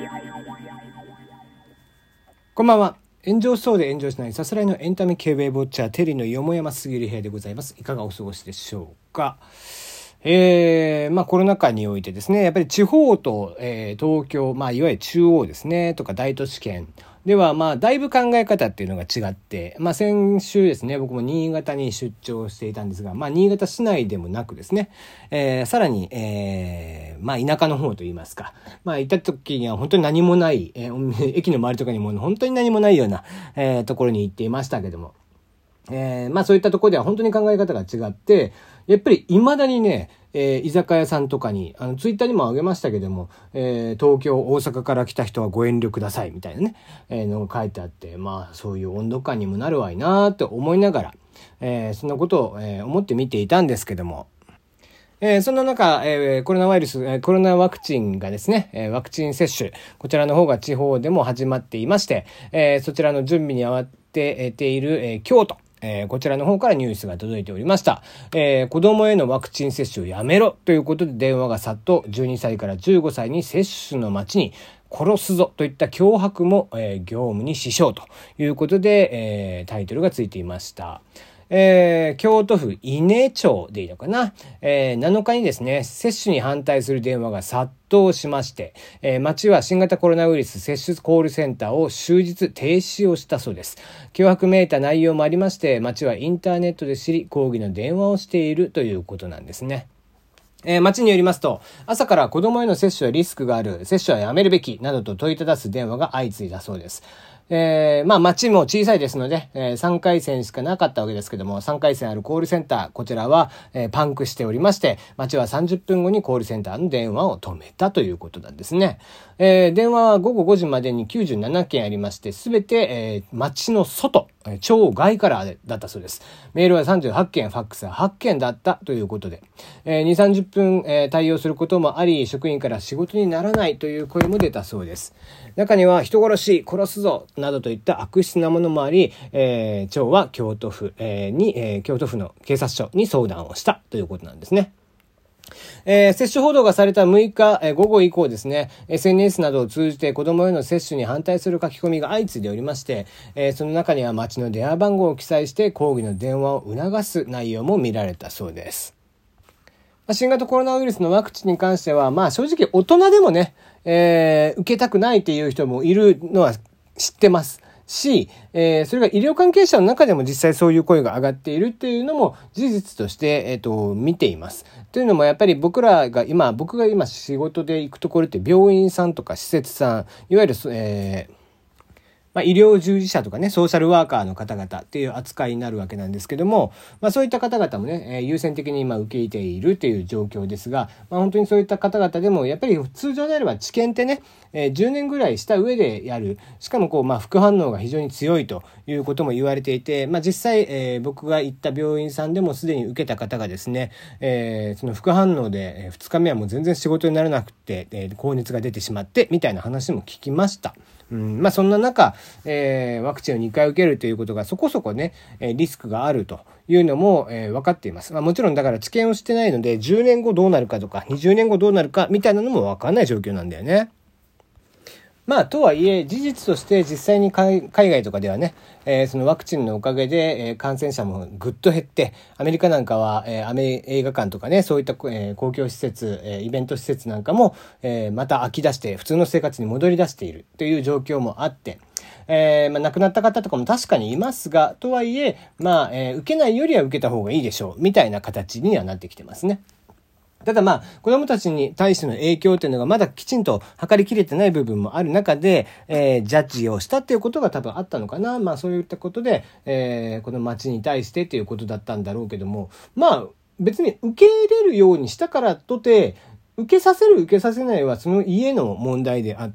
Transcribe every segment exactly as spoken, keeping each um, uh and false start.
こんばんは。炎上しそうで炎上しないさすらいのエンタメ系ウェブウォッチャーテリーのよもやますぎる部屋でございます。いかがお過ごしでしょうか。えー、まあコロナ禍においてですね、やっぱり地方と、えー、東京、まあいわゆる中央ですねとか大都市圏ではまあだいぶ考え方っていうのが違って、まあ先週ですね、僕も新潟に出張していたんですが、まあ新潟市内でもなくですね、えー、さらに、えー、まあ田舎の方といいますか、まあ行った時には本当に何もない、えー、駅の周りとかにも本当に何もないような、えー、ところに行っていましたけども、えー、まあそういったところでは本当に考え方が違って、やっぱり未だにね、えー、居酒屋さんとかに、あの、ツイッターにもあげましたけども、えー、東京、大阪から来た人はご遠慮ください、みたいなね、えー、のが書いてあって、まあ、そういう温度感にもなるわいなーって思いながら、えー、そんなことを、えー、思って見ていたんですけども、えー、そんな中、えー、コロナウイルス、えー、コロナワクチンがですね、えー、ワクチン接種、こちらの方が地方でも始まっていまして、えー、そちらの準備に慌てている、えー、京都、えー、こちらの方からニュースが届いておりました。えー、子供へのワクチン接種をやめろということで電話が殺到、じゅうにさいからじゅうごさいに接種の待ちに殺すぞといった脅迫も、えー、業務に支障ということで、えー、タイトルがついていました。えー、京都府伊根町でいいのかな、えー、なのかにですね、接種に反対する電話が殺到しまして、えー、町は新型コロナウイルス接種コールセンターを終日停止をしたそうです。脅迫めいた内容もありまして、町はインターネットで知り抗議の電話をしているということなんですね。えー、町によりますと、朝から子供への接種はリスクがある、接種はやめるべきなどと問いただす電話が相次いだそうです。えー、まあ町も小さいですので、えー、さんかい戦しかなかったわけですけども、さんかい戦あるコールセンター、こちらは、えー、パンクしておりまして、町はさんじゅっぷんごにコールセンターの電話を止めたということなんですね。えー、電話はごごごじまでにきゅうじゅうななけんありまして、すべて、えー、町の外、町外からだったそうです。メールはさんじゅうはっけん、ファックスははっけんだったということで、えー、にじゅう、さんじゅっぷん、えー、対応することもあり、職員から仕事にならないという声も出たそうです。中には人殺し、殺すぞなどといった悪質なものもあり、えー、町は京都府、えー、に、えー、京都府の警察署に相談をしたということなんですね。えー、接種報道がされたむいか、えー、午後以降ですね、エスエヌエス などを通じて子供への接種に反対する書き込みが相次いでおりまして、えー、その中には町の電話番号を記載して抗議の電話を促す内容も見られたそうです。新型コロナウイルスのワクチンに関しては、まあ正直大人でもね、えー、受けたくないっていう人もいるのは知ってますし、えー、それが医療関係者の中でも実際そういう声が上がっているっていうのも事実として、えっと、見ています。というのもやっぱり僕らが今、僕が今仕事で行くところって病院さんとか施設さん、いわゆる、えーまあ、医療従事者とかね、ソーシャルワーカーの方々っていう扱いになるわけなんですけども、まあそういった方々もね、えー、優先的に今受け入れているという状況ですが、まあ本当にそういった方々でも、やっぱり通常であれば治験ってね、えー、じゅうねんぐらいした上でやる。しかもこう、まあ副反応が非常に強いということも言われていて、まあ実際、えー、僕が行った病院さんでもすでに受けた方がですね、えー、その副反応でふつかめはもう全然仕事にならなくて、えー、高熱が出てしまって、みたいな話も聞きました。うん、まあそんな中、えー、ワクチンをにかい受けるということがそこそこね、えー、リスクがあるというのも、えー、分かっています。まあもちろんだから治験をしてないのでじゅうねんごどうなるかとかにじゅうねんごどうなるかみたいなのも分かんない状況なんだよね。まあとはいえ事実として実際に海外とかではね、えー、そのワクチンのおかげで、えー、感染者もぐっと減ってアメリカなんかは、えー、アメ映画館とかねそういった、えー、公共施設、えー、イベント施設なんかも、えー、また空き出して普通の生活に戻り出しているという状況もあって、えーまあ、亡くなった方とかも確かにいますがとはいえ、まあえー、受けないよりは受けた方がいいでしょうみたいな形にはなってきてますね。ただまあ、子供たちに対しての影響っていうのがまだきちんと測りきれてない部分もある中で、えー、ジャッジをしたっていうことが多分あったのかな。まあそういったことで、えー、この町に対してっていうことだったんだろうけども、まあ別に受け入れるようにしたからとて、受けさせる受けさせないはその家の問題であって、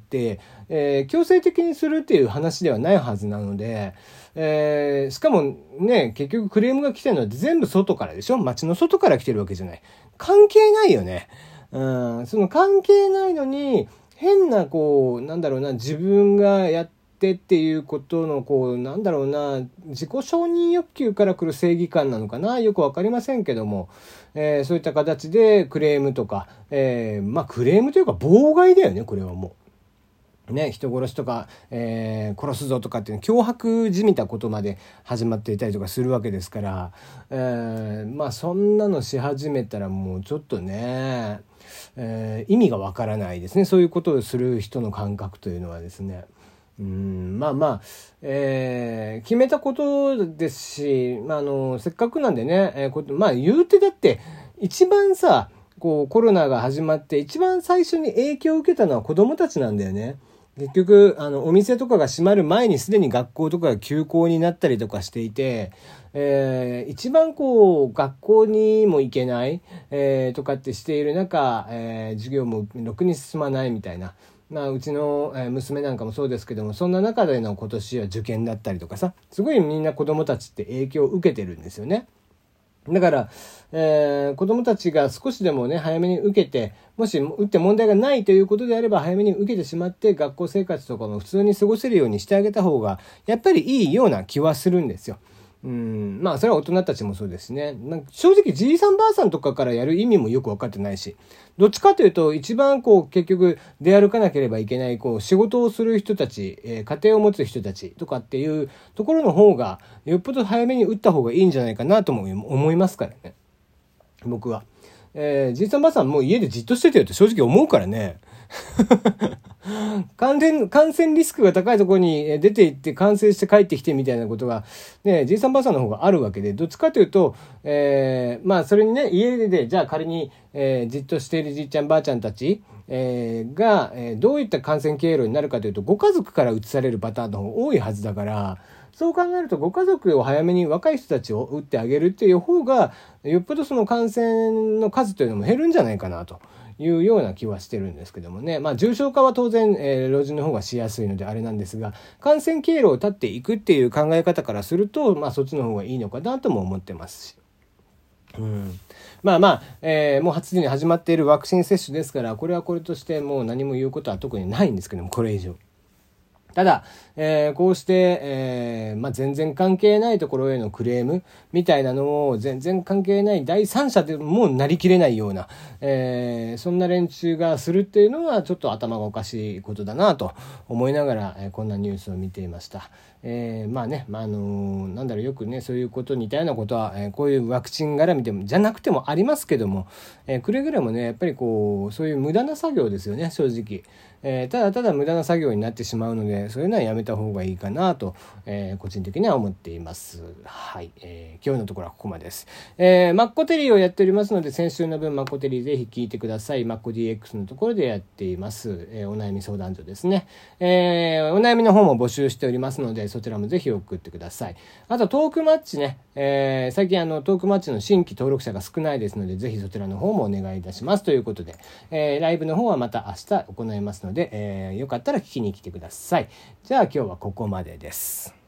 えー、強制的にするっていう話ではないはずなので、えー、しかもね、結局クレームが来てるのは全部外からでしょ？街の外から来てるわけじゃない。関係ないよね。うん、その関係ないのに、変なこう、なんだろうな、自分がやってっていうことのこう、なんだろうな、自己承認欲求から来る正義感なのかな、よくわかりませんけども、えー、そういった形でクレームとか、えー、まあクレームというか妨害だよね、これはもう。 ね、人殺しとか、えー、殺すぞとかっていう脅迫じみたことまで始まっていたりとかするわけですから、えー、まあそんなのし始めたらもうちょっとね、えー、意味がわからないですね。そういうことをする人の感覚というのはですね。うんまあまあ、えー、決めたことですし、まあ、あのせっかくなんでね、えー、こまあ言うてだって一番さこうコロナが始まって一番最初に影響を受けたのは子どもたちなんだよね。結局あのお店とかが閉まる前にすでに学校とかが休校になったりとかしていて、えー、一番こう学校にも行けない、えー、とかってしている中、えー、授業もろくに進まないみたいな。まあ、うちの娘なんかもそうですけども、そんな中での今年は受験だったりとかさ、すごいみんな子供たちって影響を受けてるんですよね。だから、えー、子供たちが少しでもね早めに受けて、もし打って問題がないということであれば早めに受けてしまって、学校生活とかも普通に過ごせるようにしてあげた方がやっぱりいいような気はするんですよ。うんまあそれは大人たちもそうですね。なんか正直じいさんばあさんとかからやる意味もよく分かってないし、どっちかというと一番こう結局出歩かなければいけないこう仕事をする人たち、えー、家庭を持つ人たちとかっていうところの方がよっぽど早めに打った方がいいんじゃないかなとも思いますからね、僕は。えー、じいさんばあさんもう家でじっとしててよって正直思うからね。感染、感染リスクが高いところに出て行って感染して帰ってきてみたいなことが、ね、じいさんばあさんの方があるわけで、どっちかというと、えー、まあそれにね、家で、じゃあ仮に、えー、じっとしているじいちゃんばあちゃんたち、えー、が、えー、どういった感染経路になるかというと、ご家族から移されるパターンの方が多いはずだから、そう考えるとご家族を早めに若い人たちを打ってあげるっていう方が、よっぽどその感染の数というのも減るんじゃないかなと。いうような気はしてるんですけどもね。まあ重症化は当然、えー、老人の方がしやすいのであれなんですが、感染経路を断っていくっていう考え方からすると、まあそっちの方がいいのかなとも思ってますし。うん、まあまあ、えー、もうすでに始まっているワクチン接種ですから、これはこれとしてもう何も言うことは特にないんですけども、これ以上。ただ、えー、こうして、えーまあ、全然関係ないところへのクレームみたいなのを全然関係ない第三者でもなりきれないような、えー、そんな連中がするっていうのはちょっと頭がおかしいことだなと思いながら、えー、こんなニュースを見ていました。えー、まあね、まあ、あのー、なんだろう、よくねそういうこと似たようなことは、えー、こういうワクチン絡みでもじゃなくてもありますけども、えー、くれぐれもねやっぱりこうそういう無駄な作業ですよね、正直。えー、ただただ無駄な作業になってしまうので、そういうのはやめた方がいいかなと、えー、個人的には思っています。はい、えー、今日のところはここまでです。えー、マッコテリーをやっておりますので、先週の分マッコテリーぜひ聞いてください。マッコ ディーエックス のところでやっています、えー、お悩み相談所ですね。えー、お悩みの方も募集しておりますので、そちらもぜひ送ってください。あとトークマッチね、えー、最近あのトークマッチの新規登録者が少ないですので、ぜひそちらの方もお願いいたしますということで、えー、ライブの方はまた明日行いますので、えー、よかったら聞きに来てください。じゃあ今日はここまでです。